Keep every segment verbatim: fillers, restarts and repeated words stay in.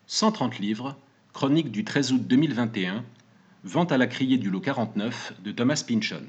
cent trente livres, chronique du treize août deux mille vingt et un, vente à la criée du lot quarante-neuf de Thomas Pynchon.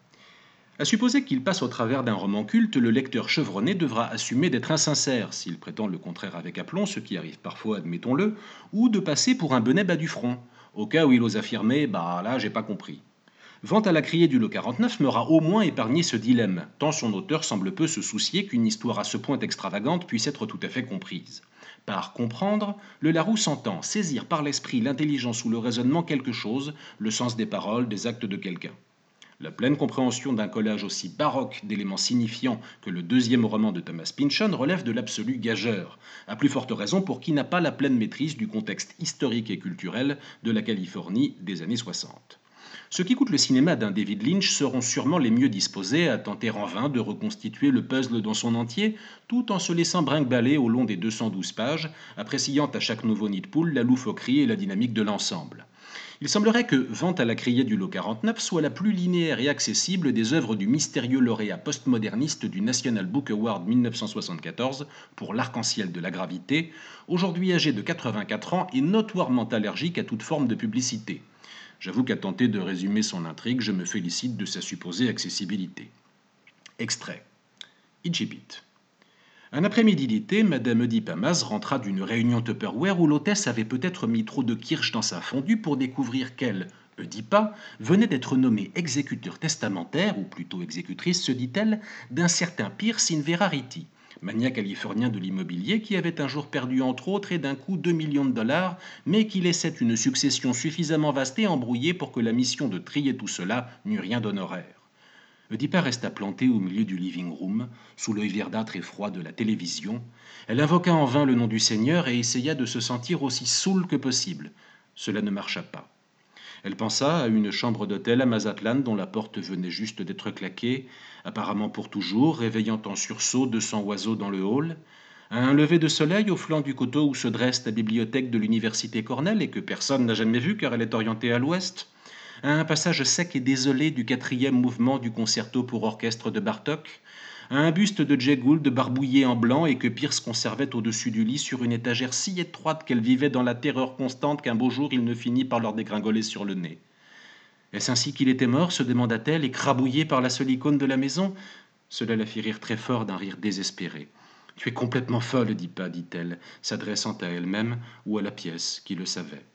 À supposer qu'il passe au travers d'un roman culte, le lecteur chevronné devra assumer d'être insincère, s'il prétend le contraire avec aplomb, ce qui arrive parfois, admettons-le, ou de passer pour un bonnet bas du front, au cas où il ose affirmer « bah là, j'ai pas compris ». Vente à la criée du lot quarante-neuf m'aura au moins épargné ce dilemme, tant son auteur semble peu se soucier qu'une histoire à ce point extravagante puisse être tout à fait comprise. Par comprendre, le Larousse entend saisir par l'esprit, l'intelligence ou le raisonnement quelque chose, le sens des paroles, des actes de quelqu'un. La pleine compréhension d'un collage aussi baroque d'éléments signifiants que le deuxième roman de Thomas Pynchon relève de l'absolu gageur, à plus forte raison pour qui n'a pas la pleine maîtrise du contexte historique et culturel de la Californie des années soixante. Ceux qui écoutent le cinéma d'un David Lynch seront sûrement les mieux disposés à tenter en vain de reconstituer le puzzle dans son entier, tout en se laissant brinque-baller au long des deux cent douze pages, appréciant à chaque nouveau nid de poule la loufoquerie et la dynamique de l'ensemble. Il semblerait que Vente à la criée du lot quarante-neuf soit la plus linéaire et accessible des œuvres du mystérieux lauréat postmoderniste du National Book Award mille neuf cent soixante-quatorze pour L'arc-en-ciel de la gravité, aujourd'hui âgé de quatre-vingt-quatre ans et notoirement allergique à toute forme de publicité. J'avoue qu'à tenter de résumer son intrigue, je me félicite de sa supposée accessibilité. Extrait. Incipit. Un après-midi d'été, Madame Oedipe Hamas rentra d'une réunion Tupperware où l'hôtesse avait peut-être mis trop de kirsch dans sa fondue pour découvrir qu'elle, Oedipa, venait d'être nommée exécuteur testamentaire, ou plutôt exécutrice, se dit-elle, d'un certain Pierce Inverarity, mania californien de l'immobilier qui avait un jour perdu entre autres et d'un coup deux millions de dollars, mais qui laissait une succession suffisamment vaste et embrouillée pour que la mission de trier tout cela n'eût rien d'honoraire. Oedipa resta plantée au milieu du living-room, sous l'œil verdâtre et froid de la télévision. Elle invoqua en vain le nom du Seigneur et essaya de se sentir aussi saoule que possible. Cela ne marcha pas. Elle pensa à une chambre d'hôtel à Mazatlan dont la porte venait juste d'être claquée, apparemment pour toujours, réveillant en sursaut deux cents oiseaux dans le hall, à un lever de soleil au flanc du coteau où se dresse la bibliothèque de l'université Cornell et que personne n'a jamais vue car elle est orientée à l'ouest, à un passage sec et désolé du quatrième mouvement du concerto pour orchestre de Bartók, à un buste de Jay Gould barbouillé en blanc et que Pierce conservait au-dessus du lit sur une étagère si étroite qu'elle vivait dans la terreur constante qu'un beau jour il ne finit par leur dégringoler sur le nez. Est-ce ainsi qu'il était mort se demanda-t-elle, écrabouillé par la seule icône de la maison? Cela la fit rire très fort d'un rire désespéré. Tu es complètement folle, Oedipa, dit-elle, s'adressant à elle-même ou à la pièce, qui le savait.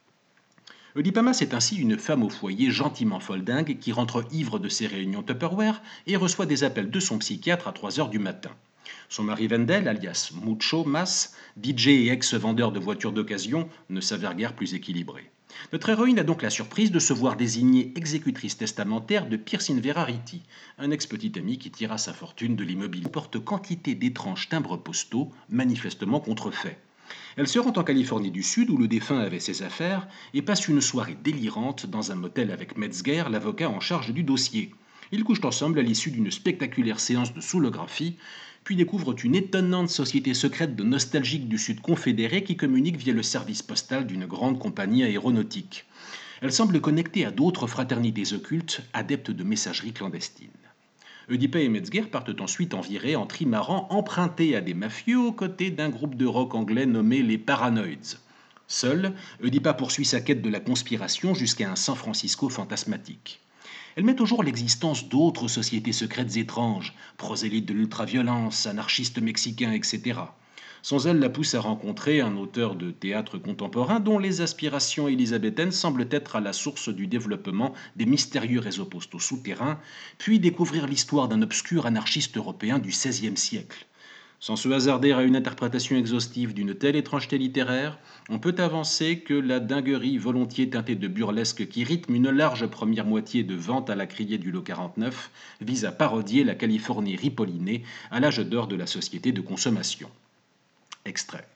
Oedipa Hamas est ainsi une femme au foyer gentiment foldingue qui rentre ivre de ses réunions Tupperware et reçoit des appels de son psychiatre à trois heures du matin. Son mari Wendell, alias Mucho Mas, D J et ex-vendeur de voitures d'occasion, ne s'avère guère plus équilibré. Notre héroïne a donc la surprise de se voir désignée exécutrice testamentaire de Pierce Inverarity, un ex-petit ami qui tira sa fortune de l'immobilier. Porte quantité d'étranges timbres postaux, manifestement contrefaits. Elle se rend en Californie du Sud où le défunt avait ses affaires et passe une soirée délirante dans un motel avec Metzger, l'avocat en charge du dossier. Ils couchent ensemble à l'issue d'une spectaculaire séance de soolographie, puis découvrent une étonnante société secrète de nostalgiques du Sud confédéré qui communique via le service postal d'une grande compagnie aéronautique. Elle semble connectée à d'autres fraternités occultes, adeptes de messagerie clandestine. Oedipa et Metzger partent ensuite en virée en trimaran emprunté à des mafieux aux côtés d'un groupe de rock anglais nommé les Paranoids. Seule, Oedipa poursuit sa quête de la conspiration jusqu'à un San Francisco fantasmatique. Elle met au jour l'existence d'autres sociétés secrètes étranges, prosélytes de l'ultraviolence, anarchistes mexicains, et cetera. Son zèle la pousse à rencontrer un auteur de théâtre contemporain dont les aspirations élisabéthaines semblent être à la source du développement des mystérieux réseaux postaux souterrains, puis découvrir l'histoire d'un obscur anarchiste européen du seizième siècle. Sans se hasarder à une interprétation exhaustive d'une telle étrangeté littéraire, on peut avancer que la dinguerie volontiers teintée de burlesque qui rythme une large première moitié de Vente à la criée du lot quarante-neuf vise à parodier la Californie ripollinée à l'âge d'or de la société de consommation. Extrait.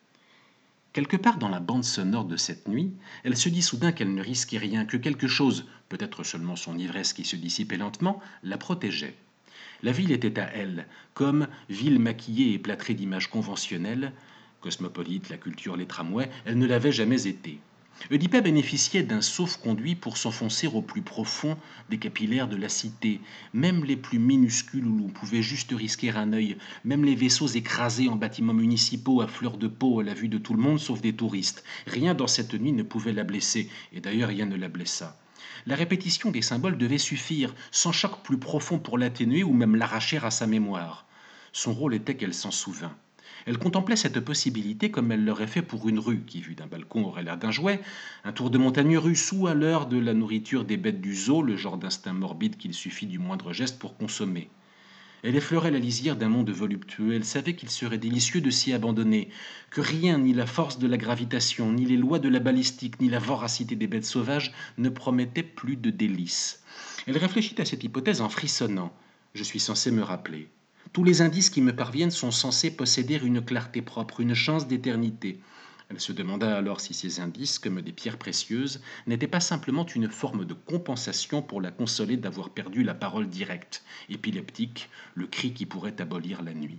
Quelque part dans la bande sonore de cette nuit, elle se dit soudain qu'elle ne risquait rien, que quelque chose, peut-être seulement son ivresse qui se dissipait lentement, la protégeait. La ville était à elle, comme, ville maquillée et plâtrée d'images conventionnelles, cosmopolite, la culture, les tramways, elle ne l'avait jamais été. Oedipe bénéficiait d'un sauf-conduit pour s'enfoncer au plus profond des capillaires de la cité, même les plus minuscules où l'on pouvait juste risquer un œil, même les vaisseaux écrasés en bâtiments municipaux à fleur de peau à la vue de tout le monde sauf des touristes. Rien dans cette nuit ne pouvait la blesser, et d'ailleurs rien ne la blessa. La répétition des symboles devait suffire, sans choc plus profond pour l'atténuer ou même l'arracher à sa mémoire. Son rôle était qu'elle s'en souvint. Elle contemplait cette possibilité comme elle l'aurait fait pour une rue, qui, vue d'un balcon, aurait l'air d'un jouet, un tour de montagne russe ou à l'heure de la nourriture des bêtes du zoo, le genre d'instinct morbide qu'il suffit du moindre geste pour consommer. Elle effleurait la lisière d'un monde voluptueux, elle savait qu'il serait délicieux de s'y abandonner, que rien, ni la force de la gravitation, ni les lois de la balistique, ni la voracité des bêtes sauvages ne promettaient plus de délices. Elle réfléchit à cette hypothèse en frissonnant. Je suis censé me rappeler. Tous les indices qui me parviennent sont censés posséder une clarté propre, une chance d'éternité. Elle se demanda alors si ces indices, comme des pierres précieuses, n'étaient pas simplement une forme de compensation pour la consoler d'avoir perdu la parole directe, épileptique, le cri qui pourrait abolir la nuit.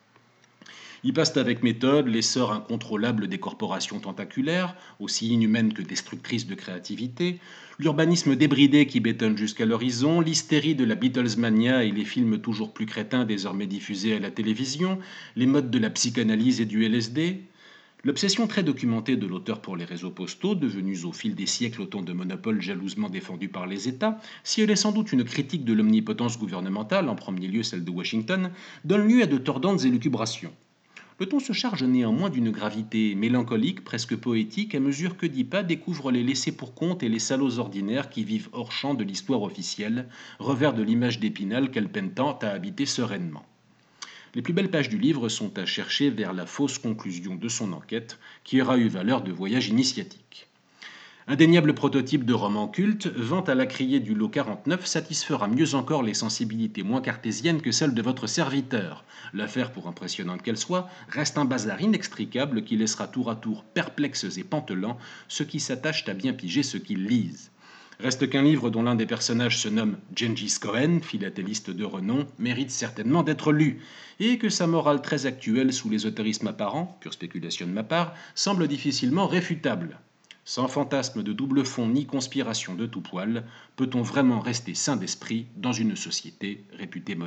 Ils passent avec méthode l'essor incontrôlable des corporations tentaculaires, aussi inhumaines que destructrices de créativité, l'urbanisme débridé qui bétonne jusqu'à l'horizon, l'hystérie de la Beatlesmania et les films toujours plus crétins désormais diffusés à la télévision, les modes de la psychanalyse et du L S D, l'obsession très documentée de l'auteur pour les réseaux postaux, devenus au fil des siècles autant de monopoles jalousement défendus par les États, si elle est sans doute une critique de l'omnipotence gouvernementale, en premier lieu celle de Washington, donne lieu à de tordantes élucubrations. Le ton se charge néanmoins d'une gravité mélancolique, presque poétique, à mesure que Dipa découvre les laissés pour compte et les salauds ordinaires qui vivent hors champ de l'histoire officielle, revers de l'image d'Épinal qu'elle peine tant à habiter sereinement. Les plus belles pages du livre sont à chercher vers la fausse conclusion de son enquête, qui aura eu valeur de voyage initiatique. Indéniable prototype de roman culte, Vente à la criée du lot quarante-neuf satisfera mieux encore les sensibilités moins cartésiennes que celles de votre serviteur. L'affaire, pour impressionnante qu'elle soit, reste un bazar inextricable qui laissera tour à tour perplexes et pantelants ceux qui s'attachent à bien piger ce qu'ils lisent. Reste qu'un livre dont l'un des personnages se nomme Gengis Cohen, philatéliste de renom, mérite certainement d'être lu, et que sa morale très actuelle sous l'ésotérisme apparent, pure spéculation de ma part, semble difficilement réfutable. Sans fantasme de double fond ni conspiration de tout poil, peut-on vraiment rester sain d'esprit dans une société réputée moderne ?